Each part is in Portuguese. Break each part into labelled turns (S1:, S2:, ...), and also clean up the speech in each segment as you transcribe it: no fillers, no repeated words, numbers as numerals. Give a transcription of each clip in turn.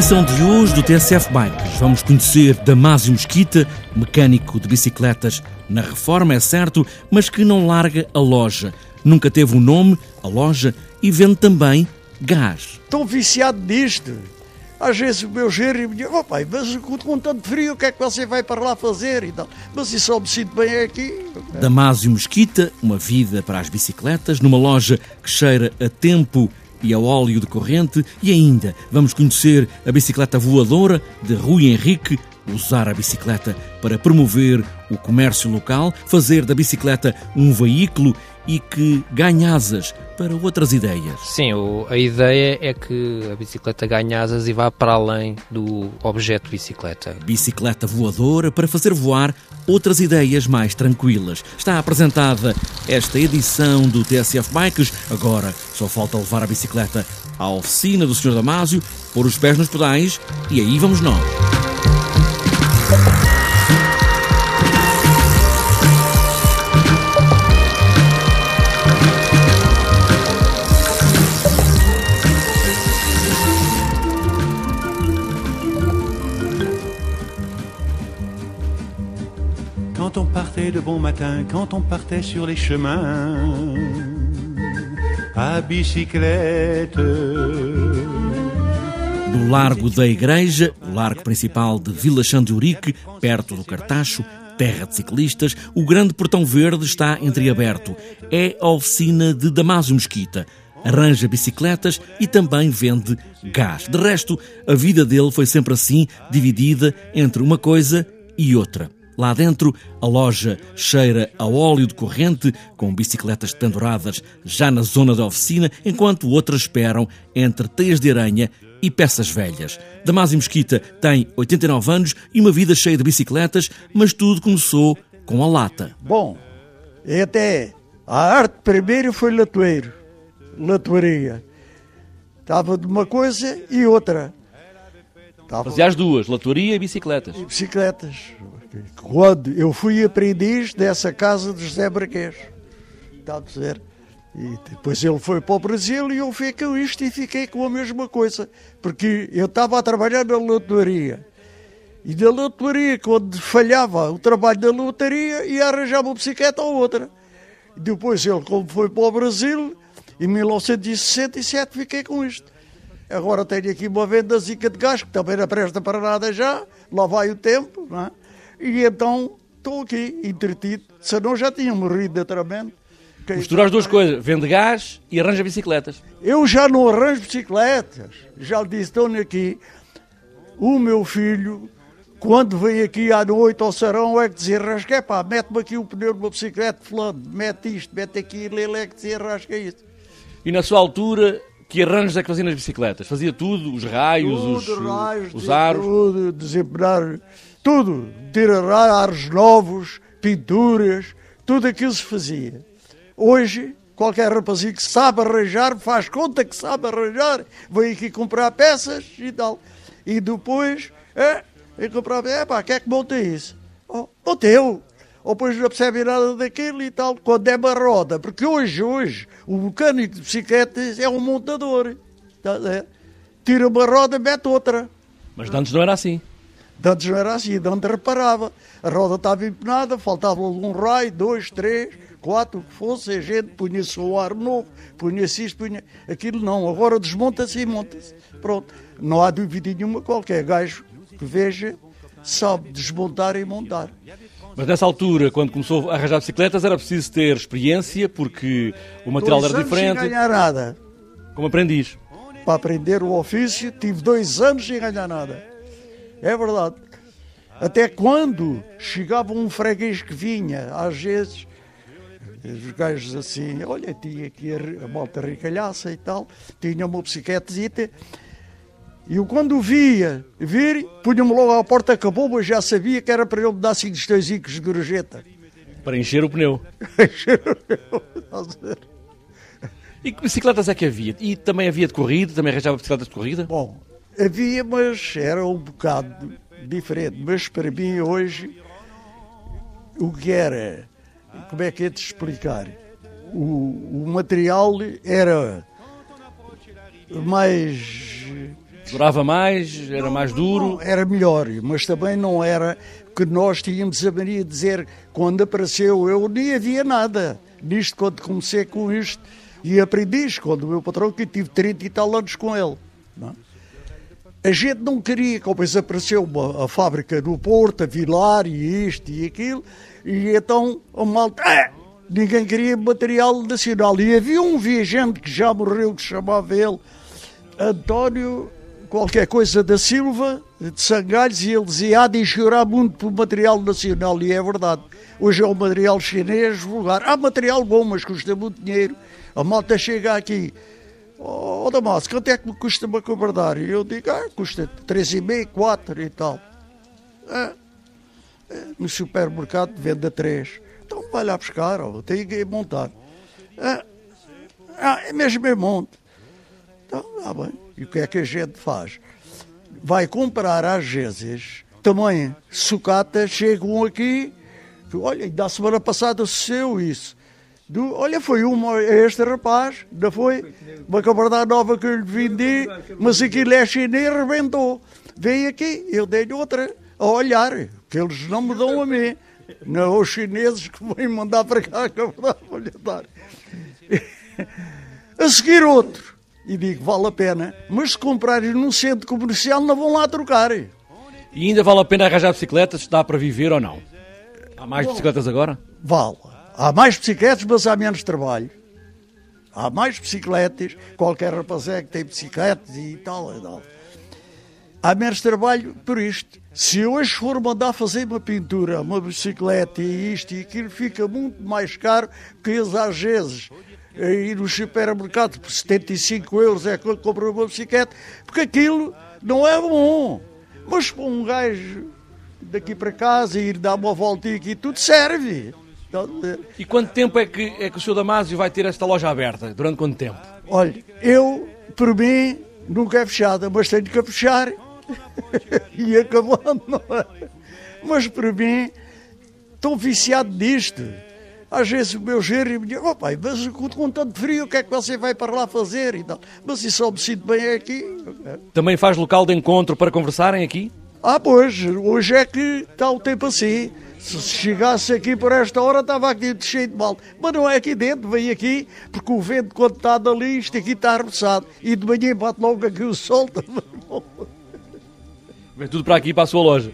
S1: edição de hoje do TSF Bikes vamos conhecer Damásio Mesquita, mecânico de bicicletas na Reforma, é certo, mas que não larga a loja. Nunca teve um nome, a loja, e vende também gás.
S2: Estou viciado nisto. Às vezes o meu genro me diz: "Oh pai, mas com tanto frio, o que é que você vai para lá fazer?" E tal. Mas isso só me sinto bem aqui.
S1: Damásio Mesquita, uma vida para as bicicletas, numa loja que cheira a tempo e ao óleo de corrente. E ainda vamos conhecer a bicicleta voadora de Rui Henrique, usar a bicicleta para promover o comércio local, fazer da bicicleta um veículo e que ganha asas para outras ideias.
S3: Sim, a ideia é que a bicicleta ganhe asas e vá para além do objeto bicicleta.
S1: Bicicleta voadora para fazer voar outras ideias mais tranquilas. Está apresentada esta edição do TSF Bikes. Agora só falta levar a bicicleta à oficina do Sr. Damásio, pôr os pés nos pedais e aí vamos nós.
S4: Quand on partait de bon matin, quand on partait sur les chemins, à bicyclette.
S1: Do Largo da Igreja, o largo principal de Vila Chão de Ourique, perto do Cartacho, terra de ciclistas, o grande portão verde está entreaberto. É a oficina de Damásio Mesquita. Arranja bicicletas e também vende gás. De resto, a vida dele foi sempre assim, dividida entre uma coisa e outra. Lá dentro, a loja cheira a óleo de corrente, com bicicletas penduradas já na zona da oficina, enquanto outras esperam entre teias de aranha e peças velhas. Damásio Mesquita tem 89 anos e uma vida cheia de bicicletas, mas tudo começou com a lata.
S2: Bom, até a arte primeiro foi latoaria. Estava de uma coisa e outra.
S1: Fazia as duas, latoaria e bicicletas.
S2: Bicicletas. Quando eu fui aprendiz dessa casa de José Braquês. Está a dizer? E depois ele foi para o Brasil e eu fiquei com isto e fiquei com a mesma coisa. Porque eu estava a trabalhar na lotaria. E da lotaria, quando falhava o trabalho da lotaria, ia arranjar uma bicicleta ou outra. E depois ele, como foi para o Brasil, em 1967 fiquei com isto. Agora tenho aqui uma vendazica de gás, que também não presta para nada já. Lá vai o tempo, não é? E então estou aqui, entretido. Senão já tinha morrido naturalmente.
S5: Mistura as duas coisas, vende gás e arranja bicicletas.
S2: Eu já não arranjo bicicletas. Já lhe disse, estou aqui. O meu filho, quando vem aqui à noite ao sarão, é que desenrasca. Pá, mete-me aqui o pneu de uma bicicleta, fulano, mete isto, mete aquilo, ele é que desenrasca isto.
S5: E na sua altura, que arranjos é que fazia nas bicicletas? Fazia tudo? Os raios, os aros?
S2: Tudo, desempenar, tudo. Tirar aros novos, pinturas, tudo aquilo se fazia. Hoje, qualquer rapazinho que sabe arranjar, faz conta que sabe arranjar, vem aqui comprar peças e tal. E depois, vem comprar peças, quem é que monta isso? Oh, montei eu. Ou depois não percebe nada daquilo e tal, quando é uma roda. Porque hoje, o mecânico de bicicletas é um montador. Tá, tira uma roda, mete outra.
S5: Mas antes não era assim.
S2: Antes não era assim, antes reparava. A roda estava empenada, faltava um raio, 2, 3, 4, o que fosse, a gente punha-se o ar novo, punha-se isto, punha aquilo, não. Agora desmonta-se e monta-se. Pronto. Não há dúvida nenhuma, qualquer gajo que veja sabe desmontar e montar.
S5: Mas nessa altura, quando começou a arranjar bicicletas, era preciso ter experiência, porque o material era diferente.
S2: Sem ganhar nada.
S5: Como aprendiz.
S2: Para aprender o ofício, tive 2 anos sem ganhar nada. É verdade. Até quando chegava um freguês que vinha, às vezes, os gajos assim, olha, tinha aqui a malta ricalhaça e tal, tinha uma bicicletezita, e eu quando vir, punha-me logo à porta, acabou, mas já sabia que era para ele me dar 5 tostõezinhos de gorjeta.
S5: Para encher o pneu. E que bicicletas é que havia? E também havia de corrida? Também arranjava bicicletas de corrida?
S2: Bom, havia, mas era um bocado diferente. Mas para mim hoje, o que era, como é que é de explicar? O material era mais
S5: Durava mais? Era mais duro?
S2: Não, era melhor, mas também não era que nós tínhamos a mania de dizer, quando apareceu, eu nem havia nada. Nisto, quando comecei com isto, e aprendi isto, quando o meu patrão, que eu tive 30 e tal anos com ele. Não? A gente não queria, como desapareceu a fábrica no Porto, a Vilar, e isto e aquilo, e então a malta, ninguém queria material nacional. E havia um viajante que já morreu, que se chamava ele António, qualquer coisa da Silva, de Sangalhos, e ele dizia, há de chorar muito pelo material nacional, e é verdade. Hoje é um material chinês vulgar. Há material bom, mas custa muito dinheiro. A malta chega aqui, Damasco, quanto é que me custa uma cabardária? E eu digo, custa 3,5, 4 e tal. No supermercado vende a 3. Então vai lá buscar, tem que montar. É mesmo em monte. Então, bem. E o que é que a gente faz? Vai comprar às vezes também sucatas, chegam aqui, olha, da semana passada sucedeu isso. Olha, foi este rapaz, ainda foi uma cabarda nova que eu lhe vendi, mas aquilo é chinês, rebentou. Veio aqui, eu dei-lhe outra a olhar, que eles não me dão a mim. Não, os chineses que vêm mandar para cá a cabarda, vou-lhe dar. A seguir outro. E digo, vale a pena, mas se comprarem num centro comercial não vão lá trocar.
S5: E ainda vale a pena arranjar bicicletas? Dá para viver ou não? Há mais bicicletas agora?
S2: Vale. Há mais bicicletas, mas há menos trabalho. Há mais bicicletas, qualquer rapazé que tem bicicletas e tal. Há menos trabalho por isto. Se hoje for mandar fazer uma pintura, uma bicicleta e isto e aquilo, fica muito mais caro que eles às vezes. Ir no supermercado por 75 euros é que compra uma bicicleta, porque aquilo não é bom. Mas para um gajo daqui para casa ir dar uma voltinha aqui, tudo serve.
S5: E quanto tempo é que o Sr. Damásio vai ter esta loja aberta? Durante quanto tempo?
S2: Olha, eu, por mim, nunca é fechada, mas tenho que fechar e acabando, não é? Mas por mim, estou viciado nisto. Às vezes o meu genro me diz, pai, mas com tanto frio, o que é que você vai para lá fazer? E tal. Mas isso só me sinto bem aqui.
S5: Também faz local de encontro para conversarem aqui?
S2: Pois, hoje é que está o tempo assim. Se chegasse aqui por esta hora, estava aqui cheio de mal. Mas não é aqui dentro, vem aqui, porque o vento, quando está dali, isto aqui está arremessado. E de manhã bate logo aqui o sol.
S5: Vem tudo para aqui, para a sua loja.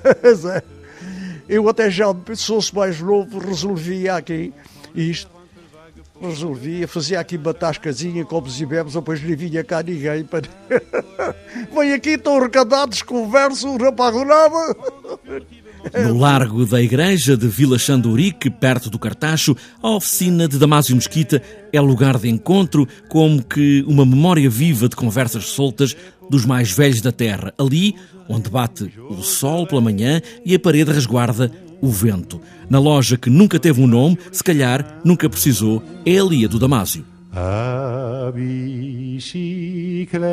S2: Eu até já, se fosse mais novo, resolvia aqui isto. Resolvia, fazia aqui uma tascazinha, copos e bebes, depois nem vinha cá ninguém. Vem aqui, estão recadados, conversam, raparronava.
S1: No largo da igreja de Vila Xandurique, perto do Cartacho, a oficina de Damásio Mesquita é lugar de encontro, como que uma memória viva de conversas soltas dos mais velhos da terra. Ali, onde bate o sol pela manhã e a parede resguarda o vento. Na loja que nunca teve um nome, se calhar nunca precisou, é ali a do Damásio.
S4: A bicicleta.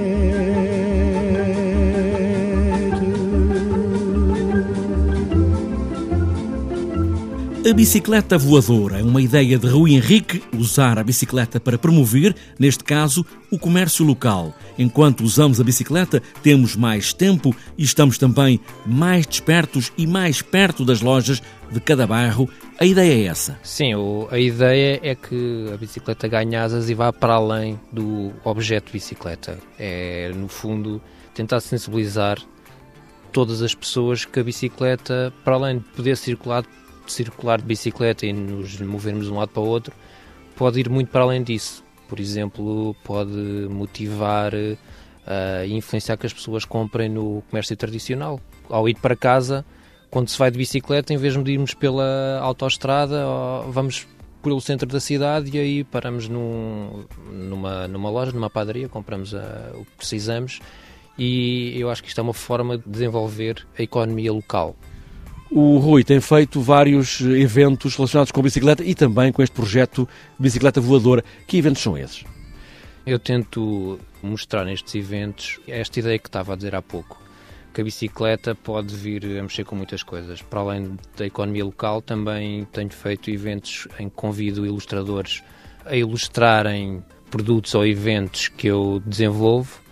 S1: A bicicleta voadora é uma ideia de Rui Henrique, usar a bicicleta para promover, neste caso, o comércio local. Enquanto usamos a bicicleta, temos mais tempo e estamos também mais despertos e mais perto das lojas de cada bairro. A ideia é essa.
S3: Sim, a ideia é que a bicicleta ganhe asas e vá para além do objeto bicicleta. É, no fundo, tentar sensibilizar todas as pessoas que a bicicleta, para além de poder circular de bicicleta e nos movermos de um lado para o outro, pode ir muito para além disso. Por exemplo, pode motivar e influenciar que as pessoas comprem no comércio tradicional. Ao ir para casa, quando se vai de bicicleta, em vez de irmos pela autoestrada, vamos pelo centro da cidade e aí paramos numa loja, numa padaria, compramos o que precisamos, e eu acho que isto é uma forma de desenvolver a economia local.
S5: O Rui tem feito vários eventos relacionados com a bicicleta e também com este projeto de bicicleta voadora. Que eventos são esses?
S3: Eu tento mostrar nestes eventos esta ideia que estava a dizer há pouco, que a bicicleta pode vir a mexer com muitas coisas. Para além da economia local, também tenho feito eventos em que convido ilustradores a ilustrarem produtos ou eventos que eu desenvolvo,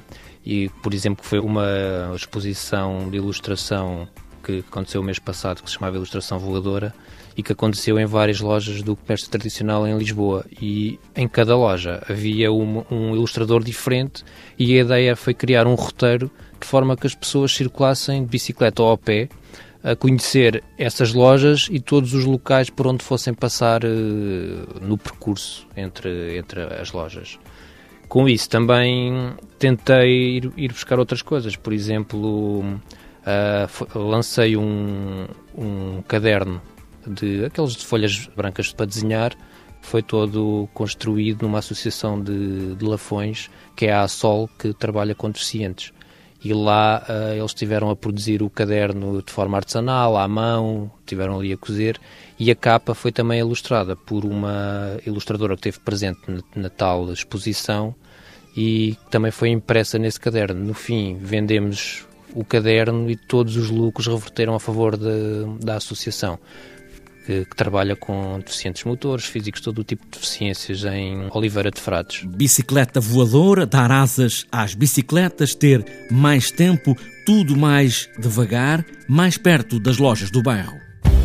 S3: e, por exemplo, que foi uma exposição de ilustração que aconteceu o mês passado, que se chamava Ilustração Voadora, e que aconteceu em várias lojas do comércio tradicional em Lisboa. E em cada loja havia um ilustrador diferente, e a ideia foi criar um roteiro de forma que as pessoas circulassem de bicicleta ou a pé, a conhecer essas lojas e todos os locais por onde fossem passar no percurso entre as lojas. Com isso também tentei ir buscar outras coisas. Por exemplo, lancei um caderno aqueles de folhas brancas para desenhar. Foi todo construído numa associação de Lafões, que é a ASOL, que trabalha com deficientes. E lá eles estiveram a produzir o caderno de forma artesanal, à mão, estiveram ali a cozer, e a capa foi também ilustrada por uma ilustradora que esteve presente na tal exposição e também foi impressa nesse caderno. No fim, vendemos o caderno e todos os lucros reverteram a favor da associação, que trabalha com deficientes motores, físicos, todo o tipo de deficiências em Oliveira de Frades.
S1: Bicicleta voadora, dar asas às bicicletas, ter mais tempo, tudo mais devagar, mais perto das lojas do bairro.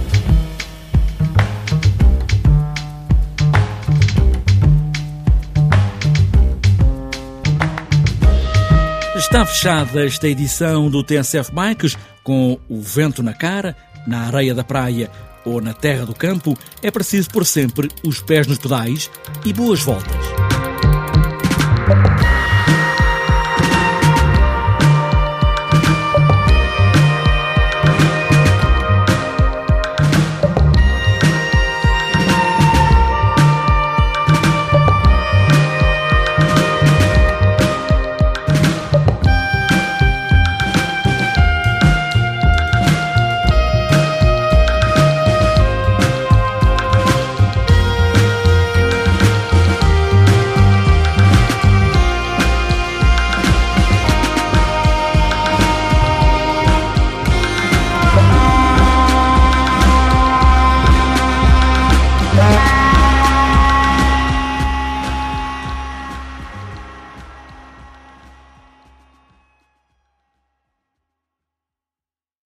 S1: Está fechada esta edição do TSF Bikes, com o vento na cara, na areia da praia ou na terra do campo. É preciso pôr sempre os pés nos pedais e boas voltas.